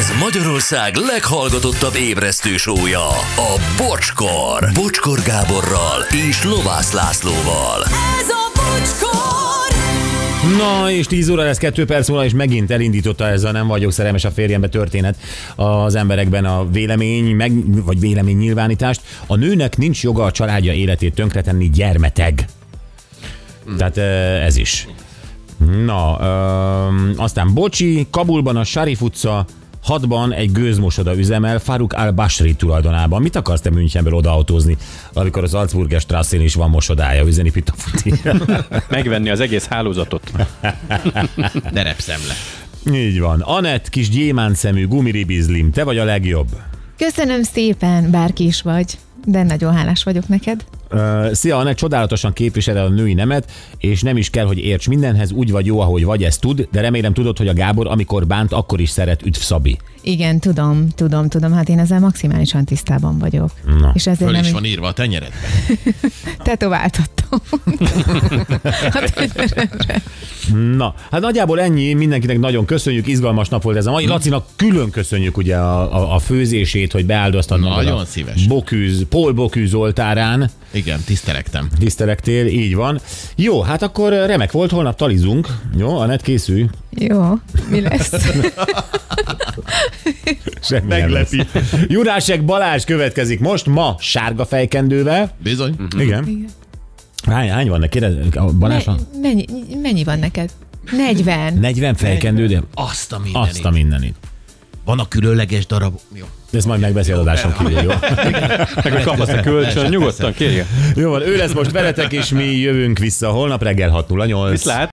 Ez Magyarország leghallgatottabb ébresztő show-ja, a Bocskor. Bocskor Gáborral és Lovász Lászlóval. Ez a Bocskor! Na, és 10 óra lesz, 2 perc múlva, és megint elindította ez a nem vagyok szerelmes a férjembe történet az emberekben a vagy véleménynyilvánítást. A nőnek nincs joga a családja életét tönkretenni, gyermeteg. Tehát ez is. Na, aztán bocsi, Kabulban a Sharif utca 6-ban egy gőzmosoda üzemel Faruk al-Bashri tulajdonában. Mit akarsz te Münchenből odaautózni, amikor az Salzburger Strasszén is van mosodája, üzeni Pitafuti? Megvenni az egész hálózatot. De repszemle. Így van. Anett, kis gyémántszemű, gumiribizlim, te vagy a legjobb. Köszönöm szépen, bárki is vagy, de nagyon hálás vagyok neked. Szia, Anett, csodálatosan képviseled a női nemet, és nem is kell, hogy érts mindenhez, úgy vagy jó, ahogy vagy, ezt tud, de remélem tudod, hogy a Gábor, amikor bánt, akkor is szeret, üdv Szabi. Igen, tudom, hát én ezzel maximálisan tisztában vagyok. Na. És ezért Föl is nem van írva a tenyeredben. tetováltattam. Na, hát nagyjából ennyi, mindenkinek nagyon köszönjük, izgalmas nap volt ez a mai. Lacinak külön köszönjük ugye a főzését, hogy beáldoztad magad Nagyon a szíves. Paul Bocuse oltárán. Igen, tisztelektem. Tisztelektél, így van. Jó, hát akkor remek volt, holnap talizunk. Jó, Anett, készülj. Jó, mi lesz? Semmi Meglepi. nem lesz. Jurásek Balázs következik most, ma sárga fejkendővel. Bizony. Igen. Hány van neki? Balázsnak? Mennyi van neked? 40. 40 fejkendő, de Azt a mindenit. azt a mindenit. Van a különleges darab. Jó. Ezt majd megbeszél adáson kívül, jó? Meg hogy kapsz a kölcsön, nyugodtan kérje. Jó van, ő lesz most veletek, és mi jövünk vissza holnap reggel 6:08. Viszlát!